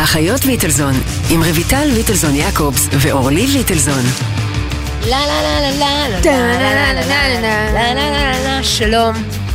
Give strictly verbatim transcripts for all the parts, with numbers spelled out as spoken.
אחיות ליטלזון, עם רויטל ליטלזון יעקובס ואורלי ליטלזון. לה לה לה לה לה לה לה לה לה לה לה שלום.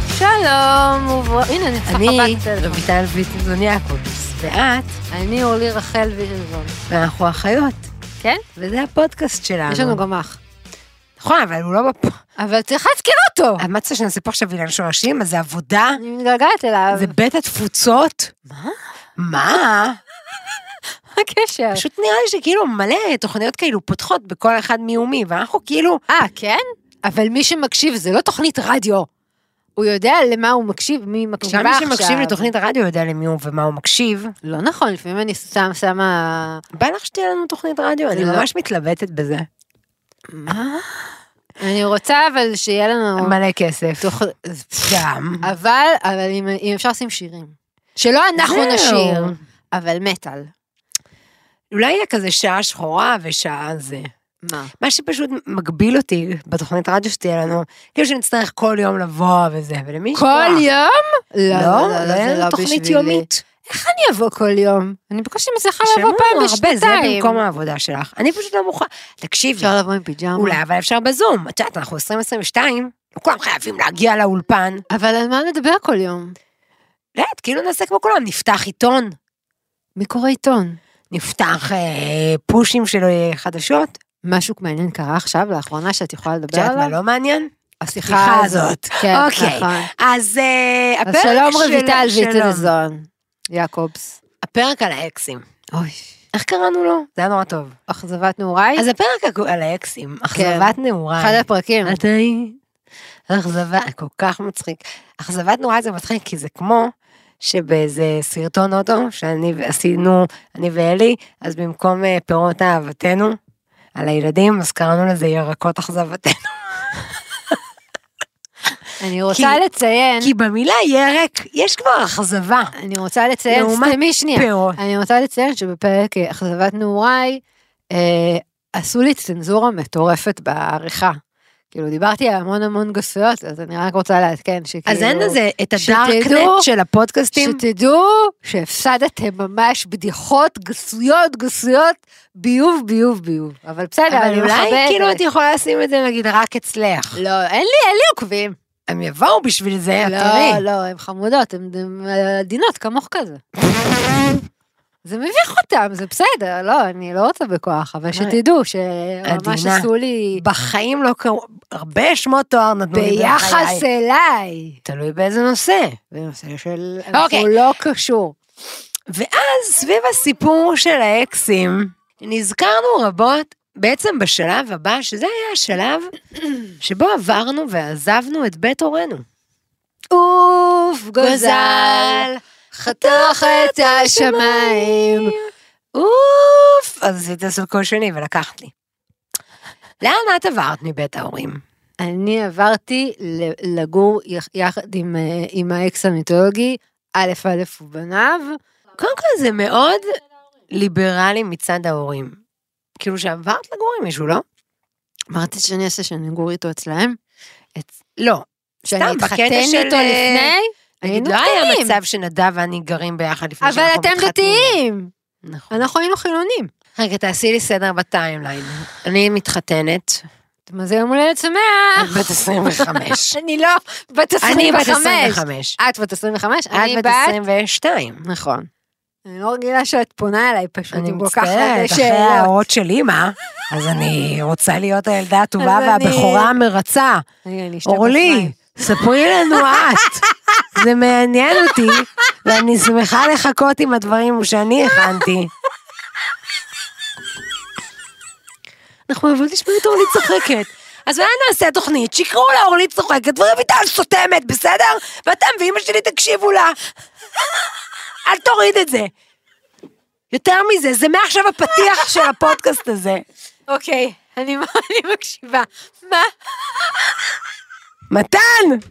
שלום, הנה אני צריכה אני בת. רויטל ליטלזון יעקובס, ואת? אני אורלי רחל ליטלזון. ואנחנו אחיות. כן? וזה הפודקאסט שלנו. יש לנו גם אח. נכון, אבל הוא לא בפ... אבל צריך להזכיר אותו. את מצא שנעשה פה עכשיו אילן שורשים, אז זה עבודה? אני מתגלגלת אליו. זה בית התפוצות? מה? מה? מה הקשר? פשוט נראה לי שכאילו מלא תוכניות כאילו פותחות בכל אחד מיומי, ואנחנו כאילו... אה, כן? אבל מי שמקשיב זה לא תוכנית רדיו. הוא יודע למה הוא מקשיב, מי מקשיבה גם עכשיו. מי שמקשיב לתוכנית הרדיו יודע למי הוא ומה הוא מקשיב. לא נכון, לפעמים אני סתם שמה... בא לך שתהיה לנו תוכנית רדיו, אני לא. ממש מתלבטת בזה. מה? אני רוצה אבל שיהיה לנו... מלא כסף. תוך... גם. אבל, אבל אם, אם אפשר לשים שירים. שלא אנחנו זהו. נשיר, אבל מטל. אולי יהיה כזה שעה שחורה ושעה זה. מה? מה שפשוט מגביל אותי בתוכנית רדיו שתהיה לנו, כאילו שנצטרך כל יום לבוא וזה, ולמי יש כל כוח? יום? לא, לא, זה אין לנו תוכנית בשבילי. יומית. איך אני אבוא כל יום? אני בקושי מצליחה לבוא שמענו פעם הרבה, זה בשנתיים. במקום העבודה שלך. אני פשוט לא מוכנה. תקשיבי, אפשר לבוא עם פיג'מה. אולי אבל אפשר בזום. את יודעת, אנחנו עשרים עשרים ושתיים, כולם חייבים להגיע לאולפן. אבל על מה נדבר כל יום? לא, כאילו נעשה כמו כולם, נפתח עיתון, מי קורא עיתון? נפתח אה, פושים של אה, חדשות. משהו מעניין קרה עכשיו, לאחרונה שאת יכולה את לדבר יודעת מה עליו? לא מעניין? השיחה הזאת. כן, אוקיי. נכון. אז אה, אז הפרק שלום של... רויטל שלום. ויטלזון. יעקובס. הפרק על האקסים. אוי, איך קראנו לו? זה היה נורא טוב. אכזבת נעוריי? אז הפרק על האקסים, אכזבת נעוריי. אחד הפרקים. את היית. אכזבה, כל כך מצחיק. אכזבת נעוריי זה מצחיק, כי זה כמו שבאיזה סרטון אוטו, שאני עשינו, אני ואלי, אז במקום אה, פירות אהבתנו, על הילדים, אז קראנו לזה ירקות אכזבתנו. אני רוצה לציין, כי במילה ירק, יש כבר אכזבה. אני רוצה לציין, לעומת סתמי שנייה, פירות. אני רוצה לציין שבפרק אכזבת נעוריי, אה, עשו לי צנזורה מטורפת בעריכה. כאילו דיברתי על המון המון גסויות, אז אני רק רוצה לעדכן שכאילו... אז אין לזה את שתדעו- הדארקנט של הפודקאסטים? שתדעו שהפסדתם ממש בדיחות, גסויות, גסויות, ביוב, ביוב, ביוב. אבל בסדר, אבל אני אולי מכבדת. כאילו את יכולה לשים את זה נגיד רק אצלך. לא, אין לי, אין לי עוקבים. הם יבואו בשביל זה, את לא, תראי. לא, הן חמודות, הן עדינות כמוך כזה. זה מביך אותם, זה בסדר, לא, אני לא רוצה בכוח, אבל שתדעו שממש עדינה. עשו לי בחיים לא קראו, הרבה שמות תואר נתנו לי ביחס בחיי. אליי. תלוי באיזה נושא. בנושא של... אוקיי. הוא לא קשור. ואז סביב הסיפור של האקסים, נזכרנו רבות בעצם בשלב הבא, שזה היה השלב שבו עברנו ועזבנו את בית הורינו. אוף, גוזל, חתוך את השמיים. אוף, אז עשיתי לעשות כל שני ולקחת לי. לאן את עברת מבית ההורים? אני עברתי ל- לגור יח- יחד עם, אה, עם האקס המיתולוגי, א' א' ובניו. קודם כל זה מאוד ליברלי מצד ההורים. כאילו שעברת לגור עם מישהו, לא? אמרתי שאני אעשה שאני אגור איתו אצלהם. את... לא. שאני סתם, אתחתן בקטע של... איתו לפני, נגיד, היינו לא היה קטנים. מצב שנדב ואני גרים ביחד לפני אבל שאנחנו אתם מתחתנים. דתיים. נכון. אנחנו היינו חילונים. רגע, תעשי לי סדר בטיימליין. אני מתחתנת, מה זה יום הולדת את שמח? בת עשרים וחמש. אני לא בת אני עשרים בת עשרים וחמש. וחמש. את בת עשרים וחמש, אני את בת בת... עשרים ושתיים. נכון. אני לא רגילה שאת פונה אליי פשוט, אני עם כל כך הרבה מצטערת, אחרי שאלות. ההערות של אמא, אז אני רוצה להיות הילדה הטובה אז אני- והבכורה המרצה. רגע, אני אשתה אורלי, כוס מים. ספרי לנו את. זה מעניין אותי, ואני שמחה לחכות עם הדברים שאני הכנתי. אנחנו אבל תשמעו את אורלי צוחקת. אז אולי נעשה תוכנית, שיקראו לה אורלי צוחקת, ורויטל סותמת, בסדר? ואתם ואמא שלי תקשיבו לה. אל תוריד את זה. יותר מזה, זה מעכשיו הפתיח של הפודקאסט הזה. אוקיי, אני אני מקשיבה. מה? מתן!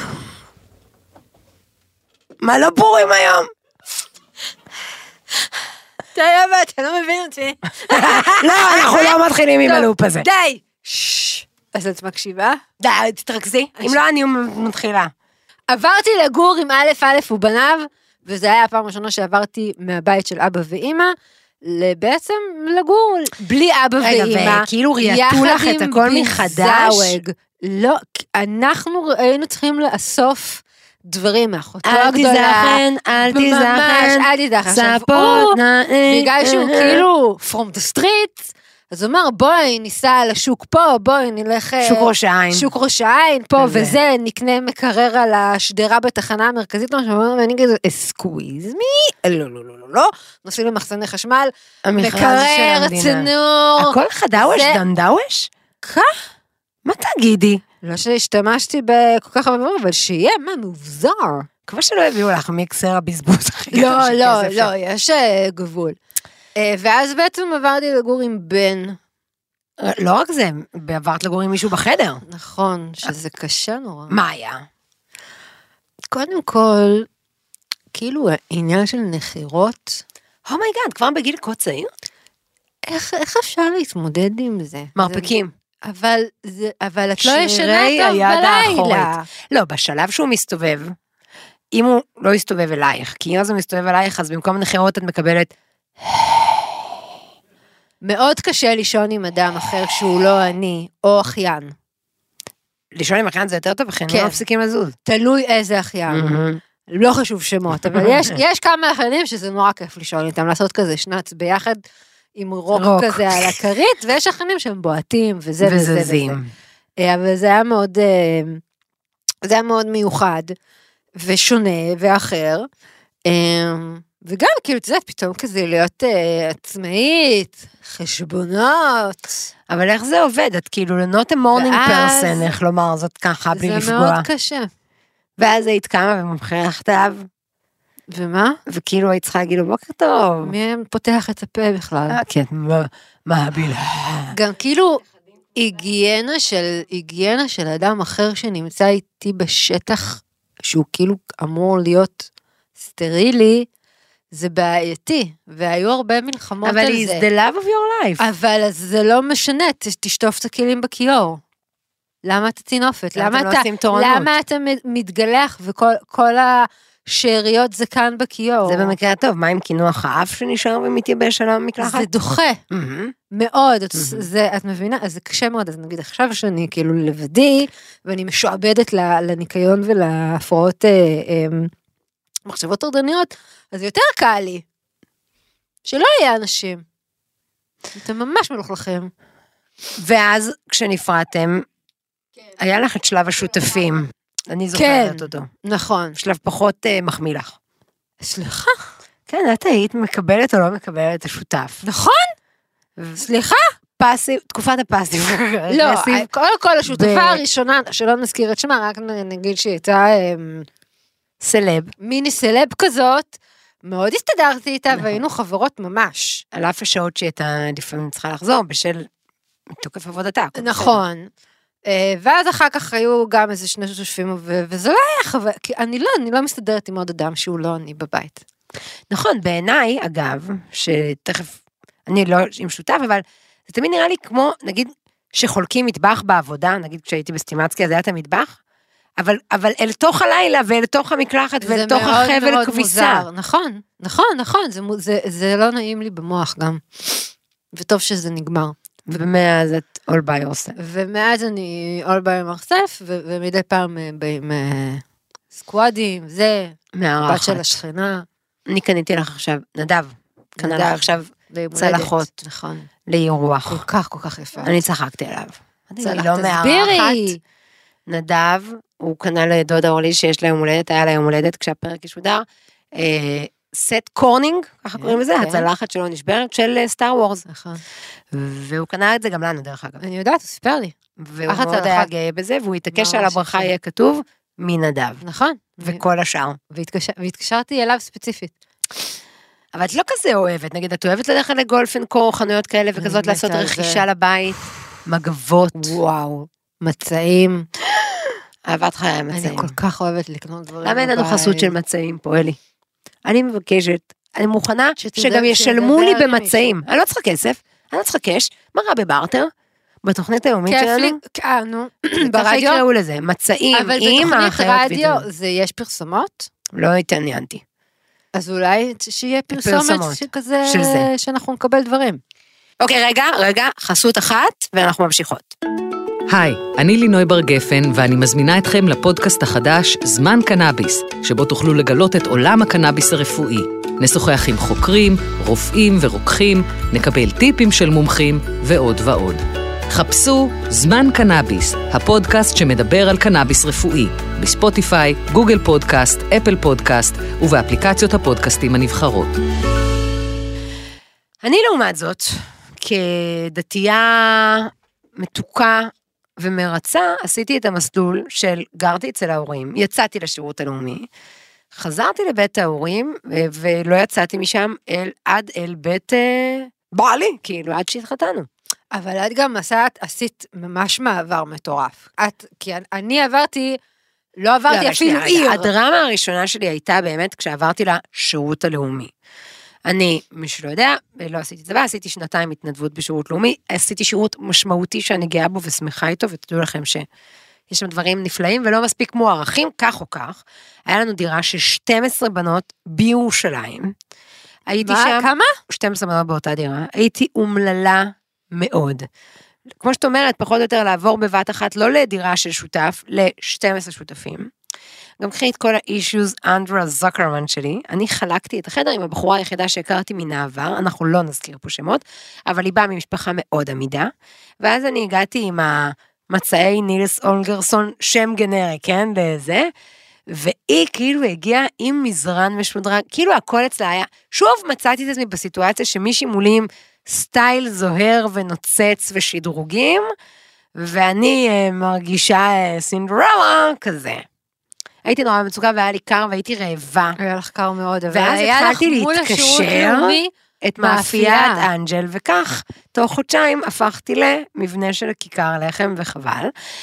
מה לא בורים היום? אתה יודע, אתה לא מבין אותי. לא, אנחנו לא מתחילים עם הלופ הזה. די! ששש. אז את מקשיבה? די, תתרכזי. אם לא, אני מתחילה. עברתי לגור עם א' א' ובניו, וזה היה הפעם הראשונה שעברתי מהבית של אבא ואמא, בעצם לגור בלי אבא ואמא. רגע, וכאילו רייתו לך את הכל מחדש? לא, אנחנו היינו צריכים לאסוף דברים מאחותו הגדולה. אל תזכן, אל תזכן. ממש, אל תזכן. ספות. בגלל שהוא כאילו, from the street, אז הוא אומר, בואי ניסע לשוק פה, בואי נלך... שוק ראש העין. שוק ראש העין, פה וזה, נקנה מקרר על השדרה בתחנה המרכזית, ואני כזה, סקוויז מי? לא, לא, לא, לא, לא. נוסעים למחסני חשמל, מקרר, צנור. הכל חדאווש, דנדאווש? כך? מה תגידי? לא שהשתמשתי בכל כך הרבה, אבל שיהיה, מה, מובזר. כבר שלא הביאו לך מיקסר הבזבוז הכי גדול לא, של לא, כסף. לא, יש גבול. ואז בעצם עברתי לגור עם בן. לא רק זה, עברת לגור עם מישהו בחדר. נכון, שזה קשה נורא. מה היה? קודם כל, כאילו העניין של נחירות. אומייגאד, כבר בגיל כה צעיר? איך, איך אפשר להתמודד עם זה? מרפקים. זה, אבל, זה, אבל את לא ישנה טוב בלילה. לא, בשלב שהוא מסתובב, אם הוא לא יסתובב אלייך, כי אז הוא מסתובב אלייך, אז במקום נחירות את מקבלת... מאוד קשה לישון עם אדם אחר שהוא לא אני, או אחיין. לישון עם אחיין זה יותר טוב, אחרי לא מפסיקים לזוז. תלוי איזה אחיין. לא חשוב שמות, אבל יש, יש כמה אחיינים שזה נורא כיף לישון איתם, לעשות כזה שנץ ביחד עם רוק, רוק. כזה על הכרית, ויש אחיינים שהם בועטים, וזה וזה וזה. אבל זה היה מאוד, זה היה מאוד מיוחד, ושונה ואחר, וגם כאילו, את יודעת, פתאום כזה להיות uh, עצמאית, חשבונות. אבל איך זה עובד? את כאילו not a morning ואז... person, איך לומר זאת ככה, בלי לפגוע. זה מאוד קשה. ואז היית קמה וממחרת עליו. ומה? וכאילו היית צריכה להגיד לו, בוקר טוב. מי פותח את הפה בכלל? כן, מה, מה הבילה? גם כאילו, היגיינה של, היגיינה של אדם אחר שנמצא איתי בשטח, שהוא כאילו אמור להיות סטרילי, זה בעייתי, והיו הרבה מלחמות על זה. אבל is the love of your life. אבל זה לא משנה, תשטוף את הכלים בכיור. למה אתה תינופת? למה אתה, למה אתה מתגלח וכל השאריות זה כאן בכיור? זה במקרה טוב, מה עם כינוח האף שנשאר ומתייבש על המקלחת? זה דוחה, מאוד, את מבינה? אז זה קשה מאוד, אז נגיד עכשיו שאני כאילו לבדי, ואני משועבדת לניקיון ולהפרעות מחשבות טורדניות, אז יותר קל לי, שלא יהיה אנשים. אתם ממש מלוכלכים. ואז כשנפרדתם, היה לך את שלב השותפים. אני זוכרת אותו. נכון. שלב פחות מחמיא לך. סליחה? כן, את היית מקבלת או לא מקבלת את השותף. נכון? סליחה? פאסיב, תקופת הפאסיב. לא, קודם כל השותפה הראשונה, שלא נזכיר את שמה, רק נגיד שהיא הייתה... סלב. מיני סלב כזאת, מאוד הסתדרתי איתה, והיינו חברות ממש. על אף השעות שהייתה לפעמים צריכה לחזור, בשל מתוקף עבודתה. נכון. ואז אחר כך היו גם איזה שני שותפים, וזה לא היה חווה, כי אני לא, אני לא מסתדרת עם עוד אדם שהוא לא אני בבית. נכון, בעיניי, אגב, שתכף, אני לא עם שותף, אבל זה תמיד נראה לי כמו, נגיד, שחולקים מטבח בעבודה, נגיד כשהייתי בסטימצקי, אז היה את המטבח, אבל, אבל אל תוך הלילה, ואל תוך המקלחת, ואל תוך החבל כביסה. נכון, נכון, נכון, זה, זה, זה לא נעים לי במוח גם. וטוב שזה נגמר. ומאז את all by yourself. ומאז אני all by myself, ו- ומדי פעם באים סקואדים, זה, בת של השכנה. אני קניתי לך עכשיו, נדב, קנה לך עכשיו צלחות. נכון. לאירוח. כל כך, כל כך יפה. אני צחקתי עליו. תסבירי. נדב, הוא קנה לדודה אורלי שיש לה יום הולדת, היה לה יום הולדת כשהפרק ישודר, סט קורנינג, ככה קוראים לזה, הצלחת שלו נשברת, של סטאר וורס. נכון. והוא קנה את זה גם לנו דרך אגב. אני יודעת, הוא סיפר לי. והוא מאוד היה גאה בזה, והוא התעקש על הברכה יהיה כתוב, מנדב. נכון. וכל השאר. והתקשרתי אליו ספציפית. אבל את לא כזה אוהבת, נגיד, את אוהבת ללכת לגולף אנד קו, חנויות כאלה, וכזאת לעשות רכישה לבית, מגבות. וואו, מצעים. אהבת חיי מצעים. אני כל כך אוהבת לקנות דברים בבית. למה אין לנו חסות של מצעים פה, אלי? אני מבקשת, אני מוכנה שגם ישלמו לי במצעים. אני לא צריכה כסף, אני לא צריכה קש, מה רע בברטר? בתוכנית היומית שלנו? כיף לי, נו, ככה יקראו לזה, מצעים עם האחיות. אבל בתוכנית רדיו, זה יש פרסומות? לא התעניינתי. אז אולי שיהיה פרסומת שכזה, של זה. שאנחנו נקבל דברים. אוקיי, רגע, רגע, חסות אחת, ואנחנו ממשיכות. היי, אני לינוי בר גפן, ואני מזמינה אתכם לפודקאסט החדש זמן קנאביס, שבו תוכלו לגלות את עולם הקנאביס הרפואי. נשוחח עם חוקרים, רופאים ורוקחים, נקבל טיפים של מומחים ועוד ועוד. חפשו זמן קנאביס, הפודקאסט שמדבר על קנאביס רפואי, בספוטיפיי, גוגל פודקאסט, אפל פודקאסט ובאפליקציות הפודקאסטים הנבחרות. אני לעומת זאת, כדתייה מתוקה ומרצה, עשיתי את המסלול של גרתי אצל ההורים, יצאתי לשירות הלאומי, חזרתי לבית ההורים, ולא יצאתי משם אל, עד אל בית אה, בעלי, כאילו, עד שהתחתנו. אבל את גם עשית, עשית ממש מעבר מטורף. את, כי אני עברתי, לא עברתי לא, אפילו עיר. הדרמה הראשונה שלי הייתה באמת כשעברתי לשירות הלאומי. אני, מי שלא יודע, לא עשיתי צבא, עשיתי שנתיים התנדבות בשירות לאומי, עשיתי שירות משמעותי שאני גאה בו ושמחה איתו, ותדעו לכם שיש שם דברים נפלאים ולא מספיק מוערכים, כך או כך. היה לנו דירה של שתים עשרה בנות בירושלים. הייתי מה? שם, כמה? שתים עשרה בנות באותה דירה. הייתי אומללה מאוד. כמו שאת אומרת, פחות או יותר לעבור בבת אחת, לא לדירה של שותף, ל-שתים עשרה שותפים. גם קחי את כל האישיוז אנדרה זוקרמן שלי, אני חלקתי את החדר עם הבחורה היחידה שהכרתי מן העבר, אנחנו לא נזכיר פה שמות, אבל היא באה ממשפחה מאוד עמידה, ואז אני הגעתי עם המצאי נילס אולגרסון, שם גנרי, כן, לזה, והיא כאילו הגיעה עם מזרן משודרג, כאילו הכל אצלה היה, שוב מצאתי את עצמי בסיטואציה שמישהי מולי עם סטייל זוהר ונוצץ ושדרוגים, ואני uh, מרגישה uh, סינדרלה כזה. הייתי נורא מצוקה והיה לי קר והייתי רעבה. היה לך קר מאוד, אבל ואז התחלתי להתקשר את מאפיית אנג'ל, וכך תוך חודשיים הפכתי למבנה של כיכר לחם וחבל.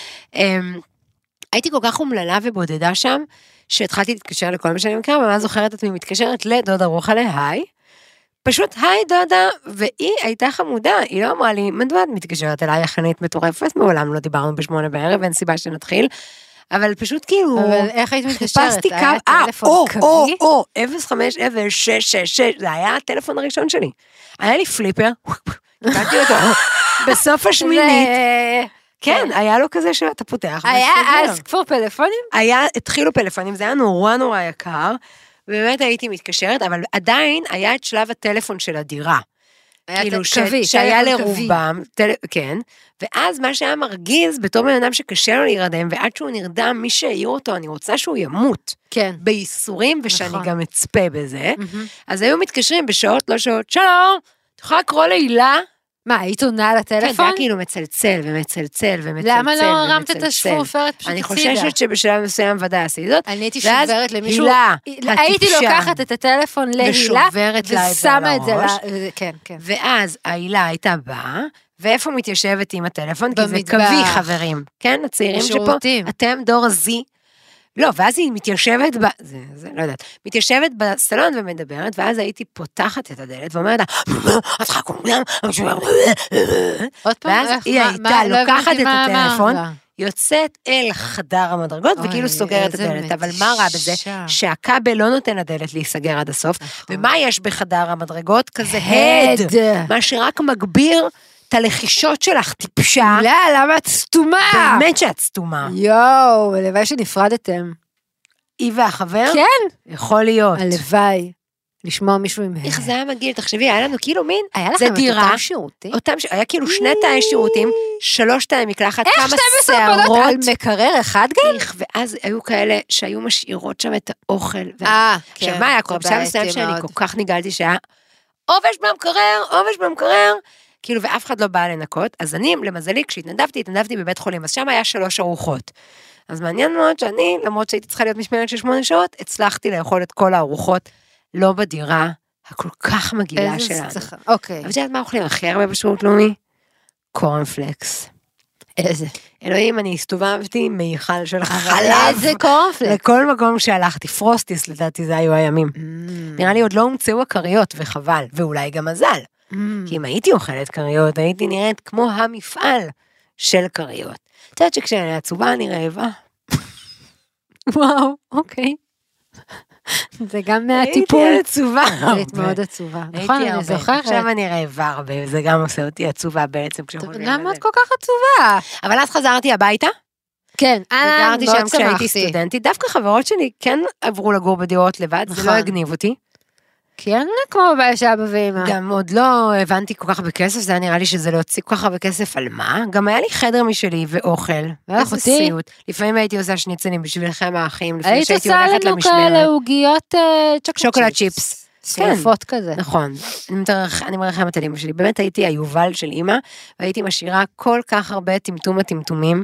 הייתי כל כך אומללה ובודדה שם, שהתחלתי להתקשר לכל מה שאני מכירה, ומה זוכרת את מי מתקשרת לדודה רוחה להי, פשוט היי דודה, והיא הייתה חמודה, היא לא אמרה לי, מדוע את מתקשרת אליי יחנית מטורפת, מעולם לא דיברנו בשמונה בערב, אין סיבה שנתחיל, אבל פשוט כאילו, אבל איך היית מתקשרת? חיפשתי קו, אה, או, או, או, אפס חמש אפס שש שש שש, זה היה הטלפון הראשון שלי. היה לי פליפר, קראתי אותו, בסוף השמינית, כן, היה לו כזה שאתה פותח. היה אז כבר פלאפונים? היה, התחילו פלאפונים, זה היה נורא נורא יקר, ובאמת הייתי מתקשרת, אבל עדיין היה את שלב הטלפון של הדירה. כאילו שהיה לרובם, כן, ואז מה שהיה מרגיז, בתור בן אדם שקשה לו להירדם, ועד שהוא נרדם, מי שהעיר אותו, אני רוצה שהוא ימות. כן. בייסורים, ושאני גם אצפה בזה. אז היו מתקשרים בשעות, לא שעות, שלום, תוכל לקרוא להילה? מה, היית עונה על הטלפון? כן, זה היה כאילו מצלצל ומצלצל ומצלצל. למה לא הרמת את השפופרת פשוט הצידה? אני חוששת שבשלב מסוים ודאי עשיתי זאת. אני הייתי שוברת למישהו, הילה, הייתי לוקחת את הטלפון להילה, ושמה את זה, כן, כן. ואז ההילה הייתה באה, ואיפה מתיישבת עם הטלפון? כי זה קווי חברים, כן? הצעירים שפה, אתם דור הזי, לא, ואז היא מתיישבת, ב... זה, זה, לא יודעת, מתיישבת בסלון ומדברת, ואז הייתי פותחת את הדלת, ואומרת לה, את חכה, ואז היא הייתה לוקחת את הטלפון, יוצאת אל חדר המדרגות, וכאילו סוגרת את הדלת, אבל מה רע בזה? שהכבל לא נותן לדלת להיסגר עד הסוף, ומה יש בחדר המדרגות? כזה הד, מה שרק מגביר את הלחישות שלך, טיפשה. לא, למה את סתומה? באמת שאת סתומה. יואו, הלוואי שנפרדתם. היא והחבר? כן. יכול להיות. הלוואי. לשמוע מישהו עם... איך זה היה מגיל, תחשבי, היה לנו כאילו מין, היה לכם את אותם שירותים? היה כאילו שני תאי שירותים, שלוש תאי מקלחת, כמה שערות. איך שתים עשרה בנות על מקרר אחד גם? ואז היו כאלה שהיו משאירות שם את האוכל. אה, כן. עכשיו מה היה, כל פעם מסיים שאני כל כך ניגלתי שהיה, עובש במקרר, עובש במקרר, כאילו, ואף אחד לא בא לנקות, אז אני, למזלי, כשהתנדבתי, התנדבתי בבית חולים, אז שם היה שלוש ארוחות. אז מעניין מאוד שאני, למרות שהייתי צריכה להיות משמרת של שמונה שעות, הצלחתי לאכול את כל הארוחות, לא בדירה הכל כך מגעילה שלנו. אוקיי. אבל יודעת מה אוכלים הכי הרבה בשירות לאומי? קורנפלקס. איזה? אלוהים, אני הסתובבתי מיכל של חלב. איזה קורנפלקס? לכל מקום שהלכתי, פרוסטיס, לדעתי זה היו הימים. נראה לי עוד לא הומצאו הקריות, וחבל, ואולי גם מזל. כי אם הייתי אוכלת קריות, הייתי נראית כמו המפעל של קריות. את יודעת שכשאני עצובה אני רעבה. וואו, אוקיי. זה גם מהטיפול. הייתי עצובה הרבה. היית מאוד עצובה. נכון, אני זוכרת. עכשיו אני רעבה הרבה, וזה גם עושה אותי עצובה בעצם. למה את כל כך עצובה? אבל אז חזרתי הביתה, כן, וגרתי שם כשהייתי סטודנטית. דווקא חברות שלי כן עברו לגור בדירות לבד, זה לא הגניב אותי. כי אין כמו בבית של אבא ואמא. גם עוד לא הבנתי כל כך בכסף, זה היה נראה לי שזה להוציא כל כך הרבה כסף על מה. גם היה לי חדר משלי ואוכל. ואיך אותי? לפעמים הייתי עושה שניצלים בשבילכם האחים, לפני היית שהייתי עושה הולכת לנו למשמרת. כאלה עוגיות שוקולד צ'יפס. שרפות כזה. נכון. אני מרחמת על אמא שלי. באמת הייתי היובל של אמא, והייתי משאירה כל כך הרבה טמטום הטמטומים.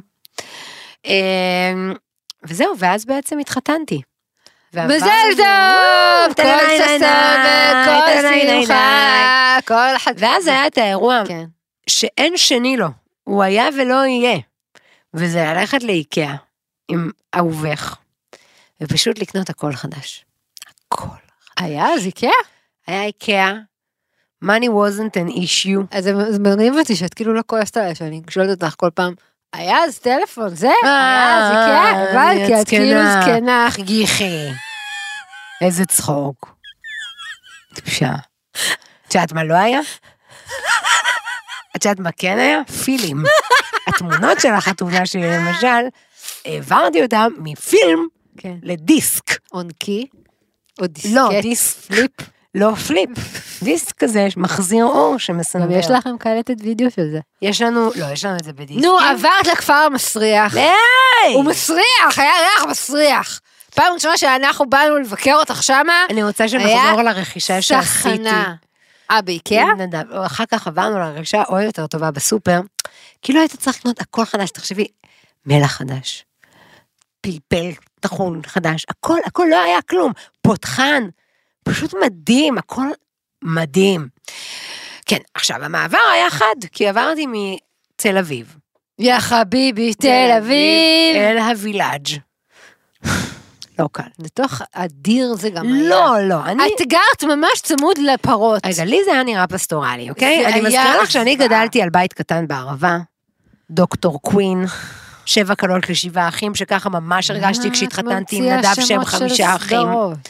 וזהו, ואז בעצם התחתנתי. מזל טוב, כל ששבת, כל שמחה, כל חג. ואז היה את האירוע שאין שני לו, הוא היה ולא יהיה, וזה ללכת לאיקאה עם אהובך, ופשוט לקנות הכל חדש. הכל. היה אז איקאה? היה איקאה, money wasn't an issue. אז זה מרניב אותי שאת כאילו לא כועסת עליה, שאני שואלת אותך כל פעם, היה אז טלפון, זה? היה אז איקאה? אבל כי את כאילו זקנה. גיחי. איזה צחוק. תפשה. את יודעת מה לא היה? את יודעת מה כן היה? פילים. התמונות של החתונה שלי, למשל, העברתי אותם מפילם לדיסק. אונקי? או דיסקט? לא, דיסק פליפ. לא פליפ. דיסק כזה, מחזיר אור שמסנדר. גם יש לכם קלטת וידאו של זה. יש לנו, לא, יש לנו את זה בדיסק. נו, עברת לכפר המסריח. היי! הוא מסריח, היה ריח מסריח. פעם ראשונה שאנחנו באנו לבקר אותך שמה, אני רוצה שנחזור לרכישה שעשיתי. אה, באיקאה? אחר כך עברנו לרכישה עוד יותר טובה בסופר, כאילו היית צריך לקנות הכל חדש, תחשבי, מלח חדש, פלפל טחון חדש, הכל, הכל לא היה כלום, פותחן, פשוט מדהים, הכל מדהים. כן, עכשיו המעבר היה חד, כי עברתי מתל אביב. יא חביבי, תל אביב. אל הווילאג'. לא קל. לתוך אדיר זה גם היה. לא, לא. את גרת ממש צמוד לפרות. רגע, לי זה היה נראה פסטורלי, אוקיי? אני מזכירה לך שאני גדלתי על בית קטן בערבה, דוקטור קווין, שבע קלות לשבעה אחים, שככה ממש הרגשתי כשהתחתנתי עם נדב שהם חמישה אחים.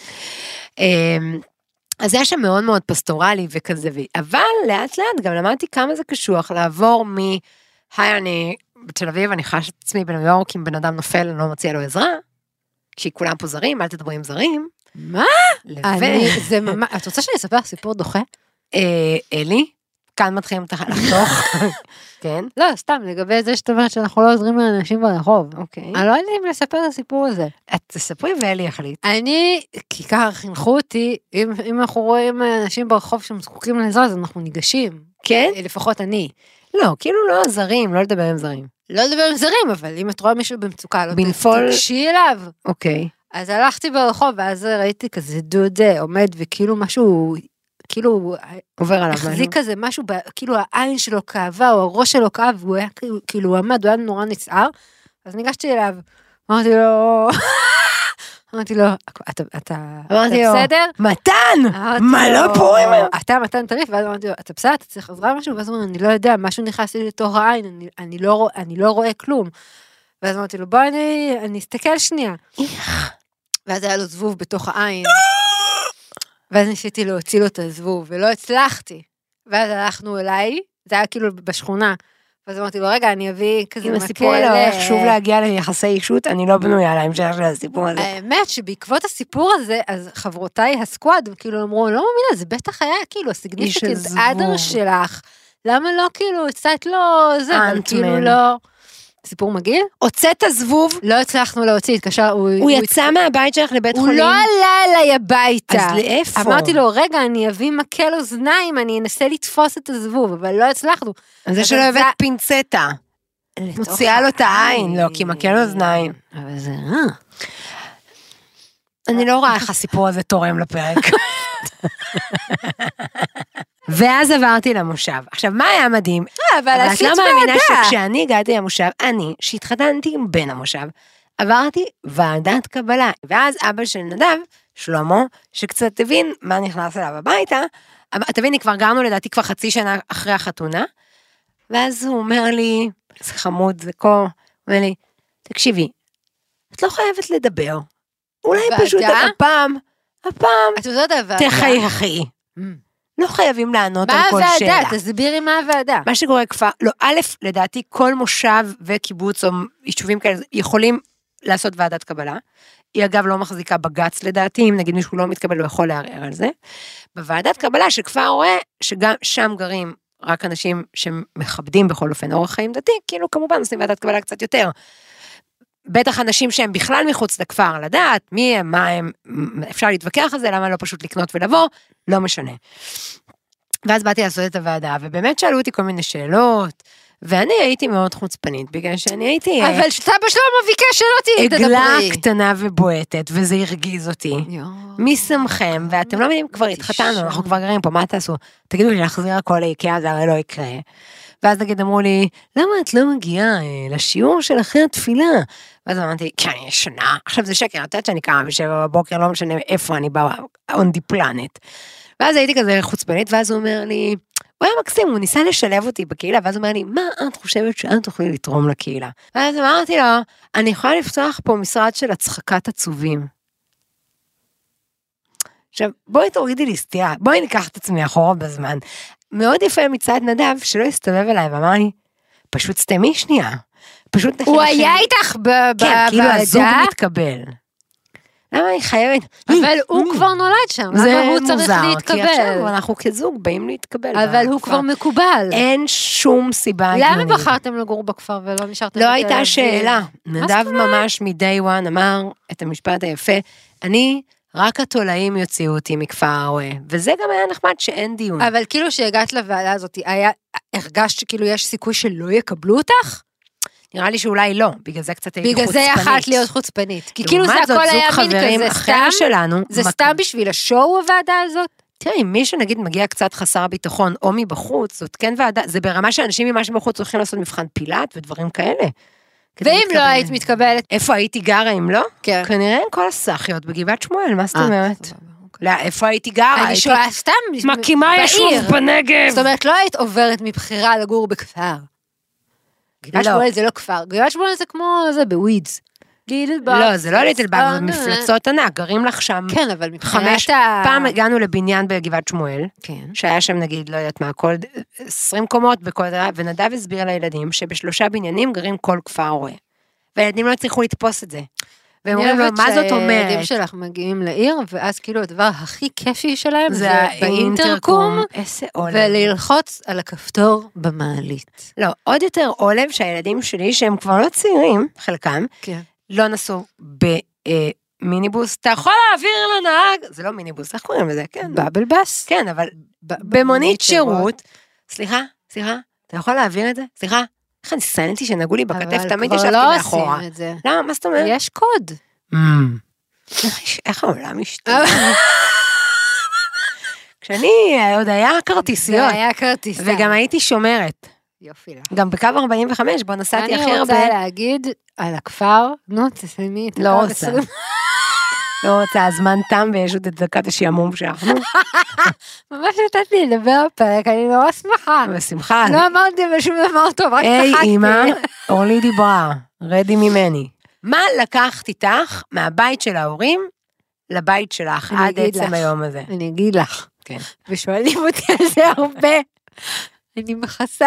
אז זה היה שם מאוד מאוד פסטורלי וכזה, אבל לאט לאט גם למדתי כמה זה קשוח לעבור מ... היי, אני בתל אביב, אני חש את עצמי בניו יורק, אם בן אדם נופל, אני לא מציע לו עזרה, כי כולם פה זרים, אל תדברי עם זרים. מה? אני, זה ממש, את רוצה שאני אספר סיפור דוחה? אלי, כאן מתחילים לחתוך. כן? לא, סתם, לגבי זה שאת אומרת שאנחנו לא עוזרים לאנשים ברחוב. אוקיי. אני לא יודעת אם לספר את הסיפור הזה. את תספרי ואלי יחליט. אני, כי ככה חינכו אותי, אם אנחנו רואים אנשים ברחוב שמזקוקים לעזרה, אז אנחנו ניגשים. כן? לפחות אני. לא, כאילו לא זרים, לא לדבר עם זרים. לא לדבר עם זרים, אבל אם את רואה מישהו במצוקה, לא בנפול... תגשי אליו. אוקיי. אז הלכתי ברחוב, ואז ראיתי כזה דוד עומד, וכאילו משהו, כאילו... עובר עליו. החזיק כזה משהו, כאילו העין שלו כאבה, או הראש שלו כאב, והוא היה כאילו, הוא עמד, הוא היה נורא נסער, אז ניגשתי אליו, אמרתי לו... אמרתי לו, אתה בסדר? מתן! מה לא פורים? אתה מתן טריף, ואז אמרתי לו, אתה בסדר, אתה צריך עזרה משהו? ואז אמרתי, אני לא יודע, משהו נכנס לי לתוך העין, אני לא רואה כלום. ואז אמרתי לו, בוא אני אסתכל שנייה. ואז היה לו זבוב בתוך העין. ואז ניסיתי להוציא לו את הזבוב, ולא הצלחתי. ואז הלכנו אליי, זה היה כאילו בשכונה, ואז אמרתי לו, רגע, אני אביא כזה מקל. אם הסיפור האלה הולך שוב להגיע ליחסי אישות, אני לא בנויה על ההמשך של הסיפור הזה. האמת שבעקבות הסיפור הזה, אז חברותיי הסקואד, כאילו אמרו, לא מאמינה, זה בטח היה כאילו הסיגניפיקנט אדר שלך, למה לא כאילו, הצעת לו זה, כאילו לא... סיפור מגעיל? הוצאת הזבוב? לא הצלחנו להוציא, התקשר, הוא יצא מהבית שלך לבית חולים? הוא לא עלה אליי הביתה. אז לאיפה? אמרתי לו, רגע, אני אביא מקל אוזניים, אני אנסה לתפוס את הזבוב, אבל לא הצלחנו. אז זה שלא הבאת פינצטה. מוציאה לו את העין, לא, כי מקל אוזניים. אבל זה רע. אני לא רואה איך הסיפור הזה תורם לפרק. ואז עברתי למושב. עכשיו, מה היה מדהים? אבל עשית ועדה. את לא מאמינה שכשאני הגעתי למושב, אני, שהתחתנתי עם בן המושב, עברתי ועדת קבלה. ואז אבא של נדב, שלמה, שקצת תבין מה נכנס אליו הביתה, תביני, כבר גרנו לדעתי כבר חצי שנה אחרי החתונה, ואז הוא אומר לי, זה חמוד, זה כה, הוא אומר לי, תקשיבי, את לא חייבת לדבר. אולי פשוט הפעם, הפעם, את יודעת הוועדה. תחייכי. לא חייבים לענות על כל שאלה. מה הוועדה? תסבירי מה הוועדה. מה שקורה כפר, לא, א', לדעתי, כל מושב וקיבוץ או יישובים כאלה, יכולים לעשות ועדת קבלה. היא אגב לא מחזיקה בגץ לדעתי, אם נגיד מישהו לא מתקבל, הוא יכול לערער על זה. בוועדת קבלה שכפר רואה, שגם שם גרים רק אנשים שמכבדים בכל אופן אורח חיים דתי, כאילו כמובן עושים ועדת קבלה קצת יותר. בטח אנשים שהם בכלל מחוץ לכפר, לדעת מי הם, מה הם, אפשר להתווכח על זה, למה לא פשוט לקנות ולבוא, לא משנה. ואז באתי לעשות את הוועדה, ובאמת שאלו אותי כל מיני שאלות, ואני הייתי מאוד חוצפנית, בגלל שאני הייתי... אבל סבא שלמה ביקש שלא תהיי תדברי. עגלה קטנה ובועטת, וזה הרגיז אותי. מי שמכם, ואתם לא מבינים, כבר התחתנו, אנחנו כבר גרים פה, מה תעשו? תגידו לי להחזיר הכל לאיקאה, זה הרי לא יקרה. ואז נגיד אמרו לי, למה את לא מגיעה לשיעור של אחרי התפילה? ואז אמרתי, כן, אני ישנה. עכשיו זה שקר, את יודעת שאני קמה בשבע בבוקר, לא משנה איפה אני באה, on the planet. ואז הייתי כזה חוצפנית, ואז הוא אומר לי, הוא היה מקסים, הוא ניסה לשלב אותי בקהילה, ואז הוא אומר לי, מה את חושבת שאת תוכלי לתרום לקהילה? ואז אמרתי לו, אני יכולה לפתוח פה משרד של הצחקת עצובים. עכשיו, בואי תורידי לי סטייה, בואי ניקח את עצמי אחורה בזמן. מאוד יפה מצד נדב, שלא יסתובב אליי, ואמר לי, פשוט סתמי שנייה. פשוט הוא היה איתך בוועדה? כן, כאילו הזוג מתקבל. למה אני חייבת? אבל הוא כבר נולד שם, למה הוא צריך להתקבל? כי עכשיו אנחנו כזוג באים להתקבל. אבל הוא כבר מקובל. אין שום סיבה הגיונית. למה בחרתם לגור בכפר ולא נשארתם? לא הייתה שאלה. נדב ממש מ-day one אמר את המשפט היפה, אני... רק התולעים יוציאו אותי מכפר הרואה, וזה גם היה נחמד שאין דיון. אבל כאילו שהגעת לוועדה הזאת, היה, הרגשת שכאילו יש סיכוי שלא יקבלו אותך? נראה לי שאולי לא, בגלל זה קצת הייתי בגלל חוצפנית. בגלל זה יכלת להיות חוצפנית. כי כאילו זה הכל היה מין כזה סתם, שלנו, זה מק... סתם בשביל השואו הוועדה הזאת? תראי, מי שנגיד מגיע קצת חסר ביטחון, או מבחוץ, זאת כן ועדה, זה ברמה שאנשים ממה שבחוץ הולכים לעשות מבחן פילאט ודברים כאלה. ואם לא היית מתקבלת? איפה הייתי גרה אם לא? כן. כנראה אין כל הסחיות בגבעת שמואל, מה זאת אומרת? לא, איפה הייתי גרה? אני שואלה סתם מקימה יישוב בנגב. זאת אומרת, לא היית עוברת מבחירה לגור בכפר. גבעת שמואל זה לא כפר, גבעת שמואל זה כמו זה בווידס. לא, זה לא ליטל בק, זה מפלצות ענק, גרים לך שם. כן, אבל מבחינת ה... פעם הגענו לבניין בגבעת שמואל, שהיה שם נגיד, לא יודעת מה, כל עשרים קומות בכל דבר, ונדב הסביר לילדים שבשלושה בניינים גרים כל כפר רואה. והילדים לא הצליחו לתפוס את זה. והם אומרים לו, מה זאת אומרת? הילדים שלך מגיעים לעיר, ואז כאילו הדבר הכי כיפי שלהם זה באינטרקום, וללחוץ על הכפתור במעלית. לא, עוד יותר עולב שהילדים שלי, שהם כבר לא צעירים, חלקם, לא נסעו במיניבוס, אתה יכול להעביר לנהג, זה לא מיניבוס, איך קוראים לזה? כן. בבל בס? כן, אבל במונית שירות, סליחה, סליחה, אתה יכול להעביר את זה? סליחה? איך אני סנתי שנגעו לי בכתף, תמיד ישבתי מאחורה. אבל כבר לא עושים את זה. למה, מה זאת אומרת? יש קוד. איך העולם משתנה? כשאני עוד היה כרטיסיות. זה היה כרטיסיות. וגם הייתי שומרת. יופי לה. גם בקו ארבעים וחמש, בוא נסעתי הכי הרבה. אני רוצה להגיד על הכפר, נו, תסיימי את לא רוצה. לא רוצה, הזמן תם ויש עוד את דקת השעמום שאנחנו. ממש נתת לי לדבר בפרק, אני נורא שמחה. בשמחה. לא אמרתי בשום דבר טוב, רק צחקתי. היי אמא, אורלי דיברה, רדי ממני. מה לקחת איתך מהבית של ההורים לבית שלך עד עצם היום הזה? אני אגיד לך. כן. ושואלים אותי על זה הרבה. אני מכסה.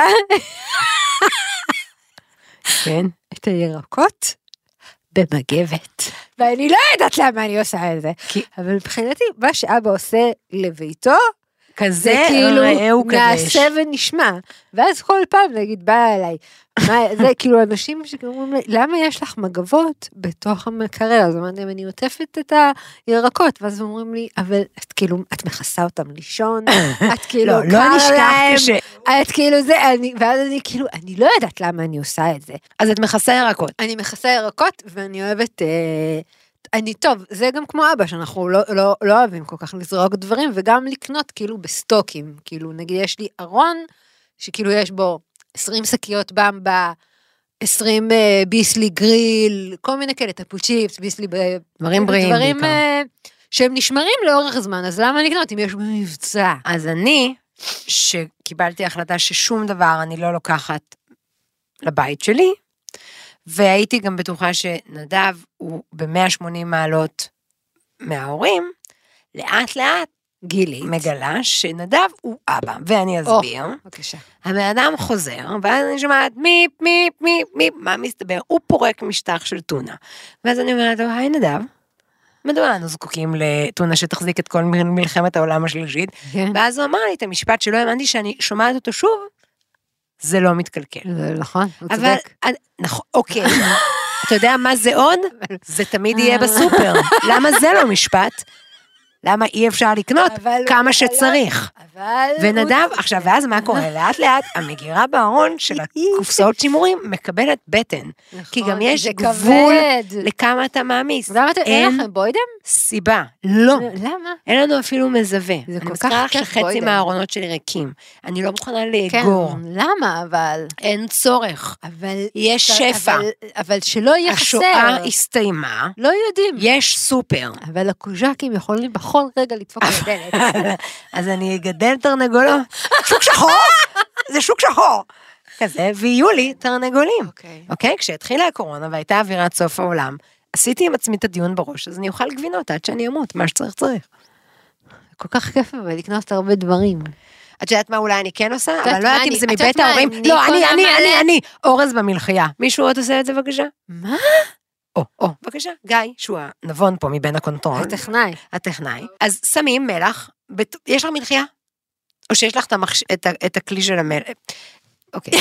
כן. את הירקות במגבת. ואני לא יודעת למה אני עושה את זה. אבל מבחינתי, מה שאבא עושה לביתו, כזה כאילו נעשה ונשמע. ואז כל פעם נגיד, בא אליי, זה כאילו אנשים שאומרים לי, למה יש לך מגבות בתוך המקרר? אז אמרתי, אני עוטפת את הירקות, ואז אומרים לי, אבל את כאילו, את מכסה אותם לישון, את כאילו קר להם, את כאילו זה, ואז אני כאילו, אני לא יודעת למה אני עושה את זה. אז את מכסה ירקות. אני מכסה ירקות, ואני אוהבת... אני טוב, זה גם כמו אבא, שאנחנו לא, לא, לא אוהבים כל כך לזרוק דברים, וגם לקנות כאילו בסטוקים, כאילו נגיד יש לי ארון, שכאילו יש בו עשרים שקיות במבה, עשרים uh, ביסלי גריל, כל מיני כאלה, טפוצ'יפס, ביסלי, דברים בריאים דברים uh, שהם נשמרים לאורך זמן, אז למה לקנות אם יש במבצע? אז אני, שקיבלתי החלטה ששום דבר אני לא לוקחת לבית שלי, והייתי גם בטוחה שנדב הוא ב-מאה ושמונים מעלות מההורים, לאט לאט, גילית. מגלה שנדב הוא אבא, ואני אסביר. בבקשה. הבן אדם חוזר, ואז אני שומעת מיפ, מיפ, מיפ, מיפ, מה מסתבר? הוא פורק משטח של טונה. ואז אני אומרת לו, היי נדב, מדוע אנו זקוקים לטונה שתחזיק את כל מלחמת העולם השלישית? כן. ואז הוא אמר לי את המשפט שלא האמנתי שאני שומעת אותו שוב, זה לא מתקלקל. זה נכון, הוא אבל, צודק. נכון, אוקיי. אתה יודע מה זה עוד? זה תמיד יהיה בסופר. למה זה לא משפט? למה אי אפשר לקנות כמה שצריך? ונדב, עכשיו, ואז מה קורה? לאט לאט, המגירה בארון של הקופסאות שימורים מקבלת בטן. כי גם יש גבול לכמה אתה מעמיס. למה אתם, אין לכם בוידם? סיבה, לא. למה? אין לנו אפילו מזווה. זה כל אני כך מזכירה לך כיף שחצי בוידם. מהארונות שלי ריקים. אני לא מוכנה לאגור. כן, למה אבל? אין צורך. אבל... יש שפע. אבל, אבל שלא יהיה חסר. השואה הסתיימה. לא יודעים. יש סופר. אבל הקוז'קים יכולים בכל רגע לדפוק את הדלת. אז אני אגדל תרנגולות. שוק שחור! זה שוק שחור! כזה, ויהיו לי תרנגולים. אוקיי. אוקיי? כשהתחילה הקורונה והייתה אווירת סוף העולם, עשיתי עם עצמי את הדיון בראש, אז אני אוכל גבינות עד שאני אמות, מה שצריך צריך. כל כך כיף אבל לקנות הרבה דברים. את יודעת מה אולי אני כן עושה? יודעת אבל לא מה יודעת אם אני- זה את יודעת מבית מה, ההורים. אני לא, אני, קונה אני, מלא. אני, אני. אורז במלחייה. מישהו עוד עושה את זה בבקשה? מה? או, או, בבקשה. גיא, שהוא הנבון פה מבין הקונטרול. הטכנאי. הטכנאי. אז שמים מלח, בת... יש לך מלחייה? או שיש לך את, המחש... את, ה... את הכלי של המלח? אוקיי.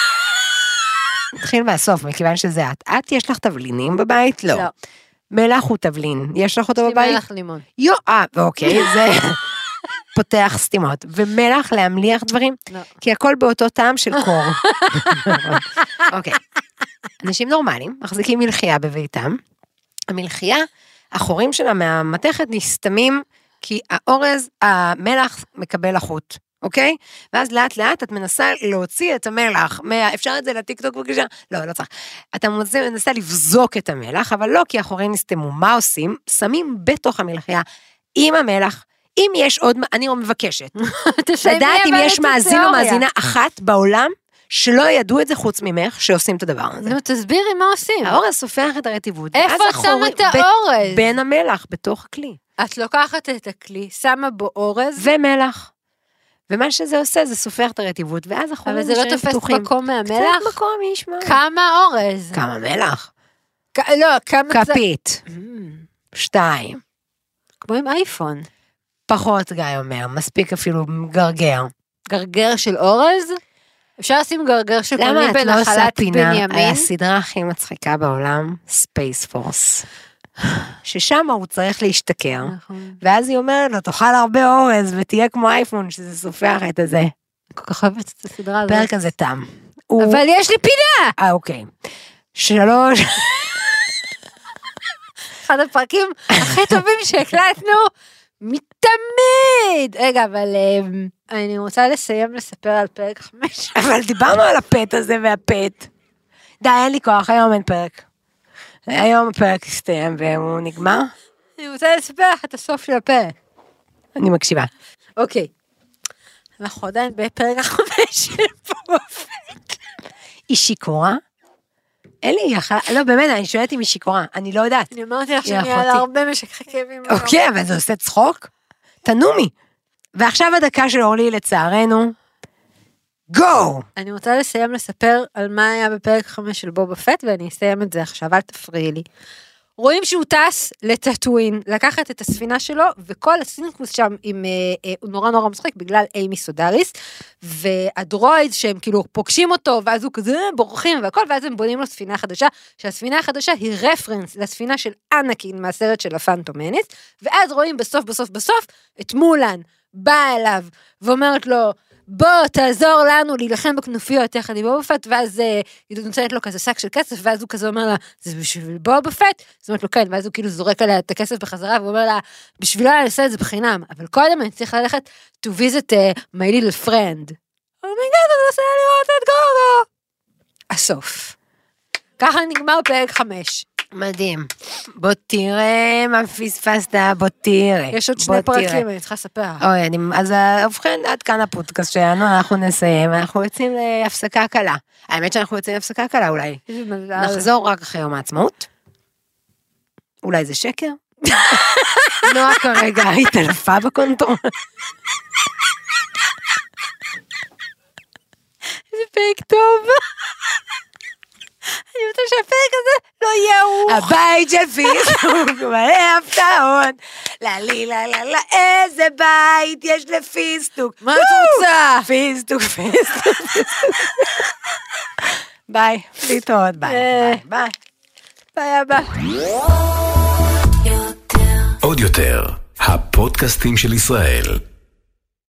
נתחיל מהסוף, מכיוון שזה את. את, יש לך תבלינים בבית? לא. לא. מלח הוא תבלין. יש לך אותו יש לי בבית? מלח לימון. יו, אה, אוקיי, זה פותח סתימות. ומלח להמליח דברים? לא. כי הכל באותו טעם של קור. אוקיי. אנשים נורמליים, מחזיקים מלחייה בביתם. המלחייה, החורים שלה מהמתכת נסתמים, כי האורז, המלח מקבל לחות, אוקיי? ואז לאט לאט את מנסה להוציא את המלח, מה, אפשר את זה לטיקטוק בבקשה? לא, לא צריך. אתה מנסה, מנסה לבזוק את המלח, אבל לא כי החורים נסתמו. מה עושים? שמים בתוך המלחייה עם המלח, אם יש עוד, אני מבקשת, לדעת אם יש מאזין או מאזינה אחת בעולם, שלא ידעו את זה חוץ ממך, שעושים את הדבר הזה. נו, תסבירי מה עושים. האורז סופח את הרטיבות. איפה את שמה את האורז? בין המלח, בתוך הכלי. את לוקחת את הכלי, שמה בו אורז, ומלח. ומה שזה עושה, זה סופח את הרטיבות, ואז החורים אבל זה לא תופס מקום מהמלח? קצת מקום, מי ישמע. כמה אורז? כמה מלח? לא, כמה... כפית. שתיים. כמו עם אייפון. פחות גיא אומר, מספיק אפילו גרגר. גרגר של אורז? אפשר לשים גרגר של למה קונים את לא עושה בנחלת פינה? בנימין? הסדרה הכי מצחיקה בעולם, ספייס פורס. ששם הוא צריך להשתכר, נכון. ואז היא אומרת לו, תאכל הרבה אורז, ותהיה כמו אייפון, שזה סופח את הזה. כל כך אוהבת את הסדרה הזאת. הפרק הזה תם. אבל יש לי פינה! אה, אוקיי. שלוש... אחד הפרקים הכי טובים שהקלטנו, מתמיד! רגע, אבל אני רוצה לסיים לספר על פרק חמש. אבל דיברנו על הפט הזה והפט. די, אין לי כוח, היום אין פרק. היום הפרק הסתיים והוא נגמר. אני רוצה לספר לך את הסוף של הפרק. אני מקשיבה. אוקיי. אנחנו עדיין בפרק החמש של פרופט. היא שיכורה? אלי, היא יכלה... לא, באמת, אני שואלת אם היא שיכורה. אני לא יודעת. אני אמרתי לך היא שאני על אחותי. הרבה משככי כאבים. אוקיי, אבל זה עושה צחוק? תנומי. ועכשיו הדקה של אורלי, לצערנו. גו! אני רוצה לסיים לספר על מה היה בפרק חמש של בובה פט, ואני אסיים את זה עכשיו, אל תפריעי לי. רואים שהוא טס לטאטואין, לקחת את הספינה שלו, וכל הסינקוס שם עם, אה, אה, הוא נורא נורא משחק, בגלל אימי סודריס, והדרויד שהם כאילו פוגשים אותו, ואז הוא כזה בורחים והכל, ואז הם בונים לו ספינה חדשה, שהספינה החדשה היא רפרנס לספינה של אנקין מהסרט של הפנטום מנס, ואז רואים בסוף בסוף בסוף את מולן, באה אליו, ואומרת לו, בוא, תעזור לנו להילחם בכנופיות יחד עם בובה פט, ואז היא נותנת לו כזה שק של כסף, ואז הוא כזה אומר לה, זה בשביל בובה פט? זאת אומרת לו, כן, ואז הוא כאילו זורק עליה את הכסף בחזרה, והוא אומר לה, בשבילה אני אעשה את זה בחינם, אבל קודם אני צריך ללכת to visit uh, my little friend. אומייגד, אני רוצה לראות את גוגו. הסוף. ככה נגמר פרק חמש. מדהים. בוא תראה מה פספסת, בוא תראה. יש עוד שני פרקים, אני צריכה לספר. אוי, אני, אז ובכן, עד כאן הפודקאסט שלנו, אנחנו נסיים, אנחנו יוצאים להפסקה קלה. האמת שאנחנו יוצאים להפסקה קלה אולי. נחזור רק אחרי יום העצמאות. אולי זה שקר? נו, נועה כרגע, היא תלפה בקונטרול. זה פרק טוב. אני רוצה שהפרק הזה לא יהיה הוא. הבית של פיסטוק, מלא הפתעות. ללי, ללה, איזה בית יש לפיסטוק. מה את רוצה? פיסטוק, פיסטוק. ביי, להתראות, ביי, ביי. ביי, ביי. עוד יותר, הפודקאסטים של ישראל.